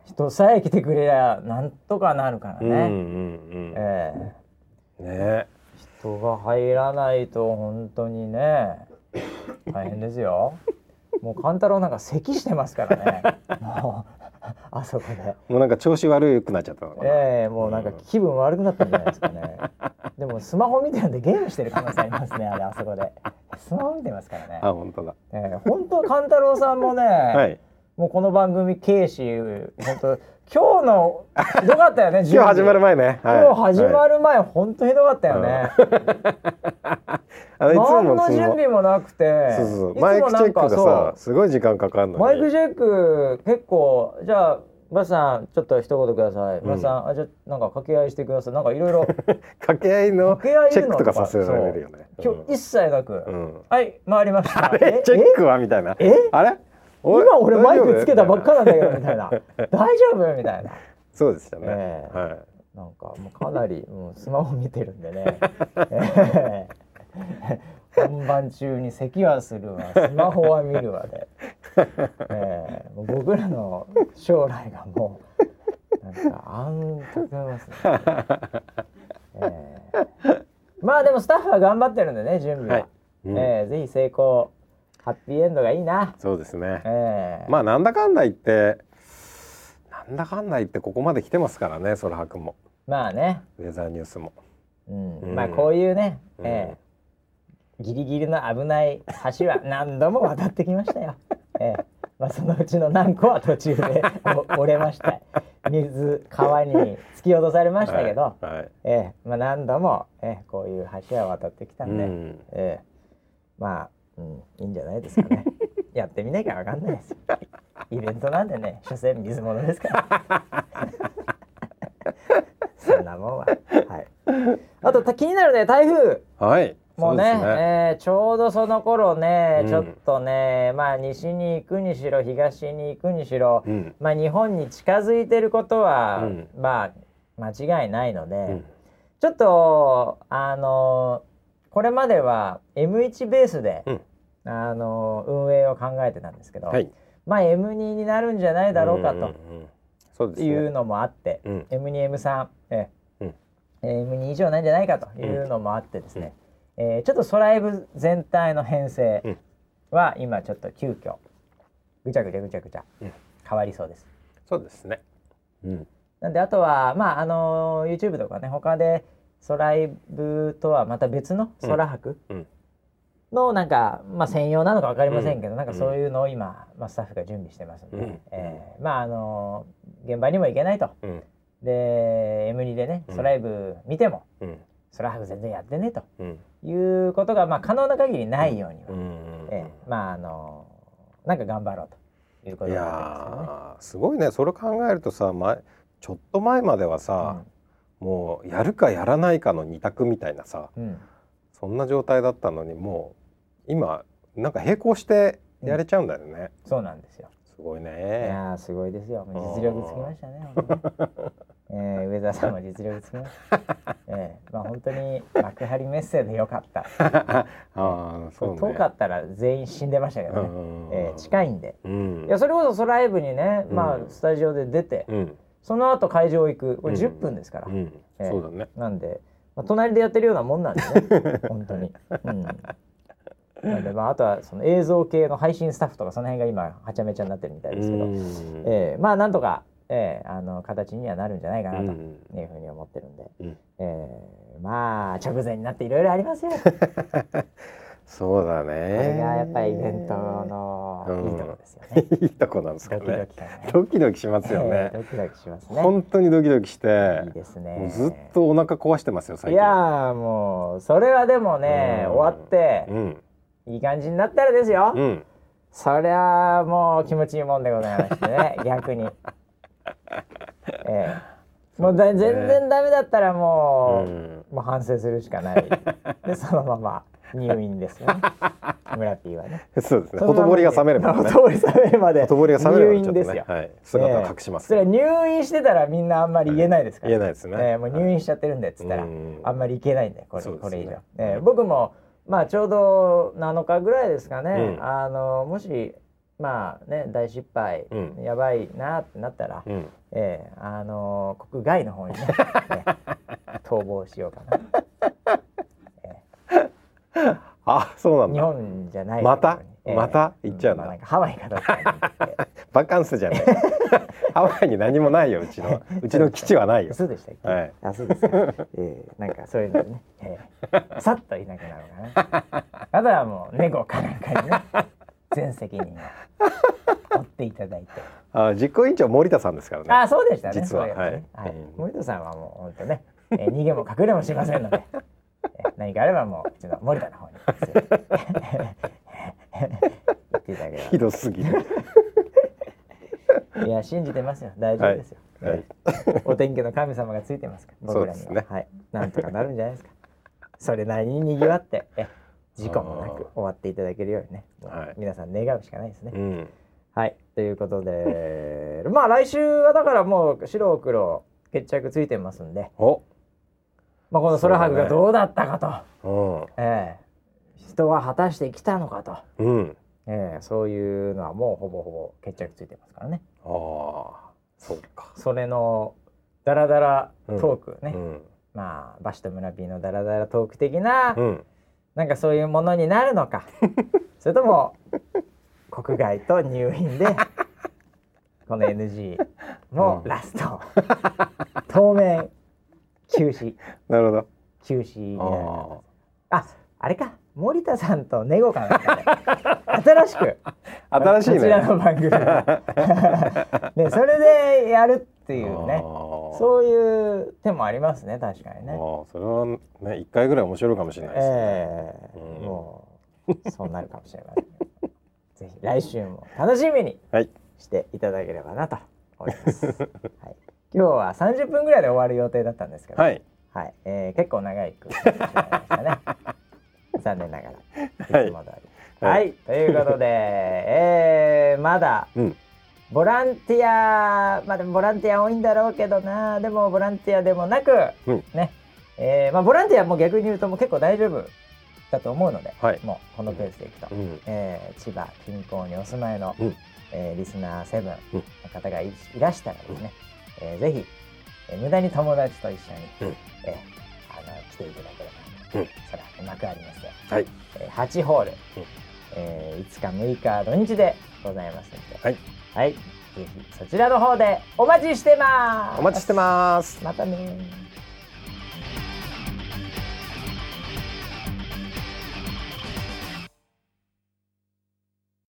人さえ来てくれりゃなんとかなるからね、うんうんうん、えー、ね、人が入らないと本当にね大変ですよもう勘太郎なんか咳してますからねもうあそこでもうなんか調子悪くなっちゃったのかな。 ええー、もうなんか気分悪くなったんじゃないですかねでもスマホ見てるんでゲームしてる可能性ありますねあれあそこでスマホ見てますからね。 あ、本当だ、 えー、本当勘太郎さんもね、はい、もうこの番組軽視本当今日のひどかったよね今日始まる前ね、 はい、今日始まる前、はい、本当ひどかったよね、あのいつも何の準備もなくてそうそうマイクチェックがさすごい時間かかるのにマイクチェック結構じゃあバスさんちょっと一言ください、うん、バスさんあじゃあなんか掛け合いしてくださいなんかいろいろ掛け合いのチェックとかさせられるよね。 今日一切なく、うん、はい回りましたあれチェックはみたいなえあれ今俺マイクつけたばっかなんだけどみたいな大丈夫みたいなそうでしたね、 えーはい、なんかもうかなり、うん、スマホ見てるんでね、えー、本番中に咳はするわスマホは見るわで、えー、もう僕らの将来がもうなんかあんと思いますね。えー、まあでもスタッフは頑張ってるんでね準備は、はいうん、えー、ぜひ成功ハッピーエンドがいいな。 そうですね、えー、まあなんだかんだ言ってなんだかんだ言ってここまで来てますからね空白もまあねウェザーニュースも、 うんうん、まあこういうね、えー、ギリギリの危ない橋は何度も渡ってきましたよ、えーまあ、そのうちの何個は途中で折れました水川に突き落とされましたけど、はいはいえーまあ、何度も、えー、こういう橋は渡ってきたんで、うんえー、まあ、うん、いいんじゃないですかねやってみなきゃ分かんないですよイベントなんでね所詮水物ですからそんなもんは、はい、あと気になるね台風、 はいもうね、うねえー、ちょうどその頃ね、うん、ちょっとねまあ西に行くにしろ東に行くにしろ、うん、まあ日本に近づいてることは、うん、まあ間違いないので、うん、ちょっとあのこれまでは エムワン ベースで、うん、あの運営を考えてたんですけど、はい、まあ エムツー になるんじゃないだろうかと、うんうんうんそうですね、いうのもあって、うん、エムツー、エムスリー、えーうん、エムツー 以上なんじゃないかというのもあってですね、うんえー、ちょっとソライブ全体の編成は今ちょっと急遽ぐちゃぐちゃぐちゃぐちゃ変わりそうです。 うん、そうですね。 うん、なんであとはまああのー、YouTube とかね他でソライブとはまた別のソラ博のなんか、まあ、専用なのか分かりませんけど、うん、なんかそういうのを今、まあ、スタッフが準備してますので、うんえー、まああのー、現場にも行けないと、うん、で エムツー でねソライブ見ても、うんソラハグ全然やってねと、うん、いうことがまあ可能な限りないようには、うんええ、まああのなんか頑張ろうということになってますよね。いやすごいねそれ考えるとさ前ちょっと前まではさ、うん、もうやるかやらないかの二択みたいなさ、うん、そんな状態だったのにもう今なんか並行してやれちゃうんだよね。うん、 そうなんですよ。 すごいね。 いやすごいですよ。実力つきましたね。本当ねえー、上田さんも実力つきました、えーまあ、本当に幕張メッセでよかったあそう、ね、遠かったら全員死んでましたけどね、えー、近いんで、うん、いやそれこそソライブにね、まあ、スタジオで出て、うん、その後会場行くこれじゅっぷんですから、うんうんえー、そうだねなんで、まあ、隣でやってるようなもんなんでね本当に、うんなんでまあ、あとはその映像系の配信スタッフとかその辺が今はちゃめちゃになってるみたいですけど、えー、まあなんとかえー、あの形にはなるんじゃないかなというふうに思ってるんで、うんえー、まあ直前になっていろいろありますよそうだねこれがやっぱりイベントのいいとこですよね、 うん、いいとこなんですかね。ドキドキ、ね、ドキドキしますよね、 えー、ドキドキしますね。 本当にドキドキしていいですね。 もうずっとお腹壊してますよ最近。 いやもうそれはでもね、うん、終わって、うん、いい感じになったらですよ、うん、そりゃもう気持ちいいもんでございましてね逆にええ、もうだ、ね、全然ダメだったらもう、うん、もう反省するしかないでそのまま入院ですよね村 P はね。 そうですね。ほとぼりが冷めるまで、ね、 ほとぼり冷めるまでほとぼりが冷めるまで入院ですよ、 はい、姿を隠します、 ええ、それは入院してたらみんなあんまり言えないですから、 言えないですね、 ええ、もう入院しちゃってるんでっつったらあんまりいけないんでこれ、これ以上、ええ、僕もまあちょうどなのかぐらいですかね、うん、あのもしまあね大失敗、うん、やばいなってなったら、うん、えー、あのー、国外の方にね、ね逃亡しようかな、 えー、あそうなんだ。 日本じゃないまた、えー、また行っちゃうんだ、 まあ、なんかハワイかどっかに行ってバカンスじゃないハワイに何もないようちのうちの基地はないよ。 そうでしたっけ、はい、あそうですか、えー、なんかそういうのね、えー、さっといなくなるかなあとはもう猫かなんかにね全責任を負っていただいてあ実行委員長森田さんですからね。 あそうでしたね実は、 ねはいはい、森田さんはもう本当ね、えー、逃げも隠れもしませんのでえー、何かあればもううちの森田の方に言っていただければ。 ひどすぎるいや信じてますよ大丈夫ですよ、はいはい、お天気の神様がついてますから僕らには、ねはい、なんとかなるんじゃないですかそれなりに賑わってえ事故もなく終わっていただけるようにね、はい、皆さん願うしかないですね、うん、はいということでまあ来週はだからもう白黒決着ついてますんでお、まあ、この空ハグがどうだったかと、ねえー、人は果たしてきたのかと、うんえー、そういうのはもうほぼほぼ決着ついてますからね。 ああそうか。 それのダラダラトークね、うん、まあバシと村 P のダラダラトーク的な、うん、なんかそういうものになるのかそれとも国外と入院でこの エヌジー もラスト、うん、当面休止なるほど休止になる。ああれか森田さんとネゴかなんかで新しく新しいねこちらの番組ねそれでやるっていうねそういう手もありますね確かにね。 あそれはねいっかいぐらい面白いかもしれないですね、えーうん、もうそうなるかもしれませんぜひ来週も楽しみにしていただければなと思います、はい、今日はさんじゅっぷんぐらいで終わる予定だったんですけど、はいはいえー、結構長いくなってしまいましたね残念ながらいつも通り、はい、はい、ということで、えー、まだ、うん、ボランティアまあでもボランティア多いんだろうけどなでもボランティアでもなく、うん、ね、えーまあ、ボランティアも逆に言うともう結構大丈夫だと思うので、はい、もうこのペースでいくと、うん、えー、千葉近郊にお住まいの、うんえー、リスナーセブンの方が い, いらしたらですね、うんえー、ぜひ、えー、無駄に友達と一緒に、うんえー、あの来ていただければうん、それは幕ありますよ、はいえー、はちホール、うんえー、いつかむいか土日でございますので、はいはい、ぜひそちらの方でお待ちしてます。 お待ちしてます。 またね。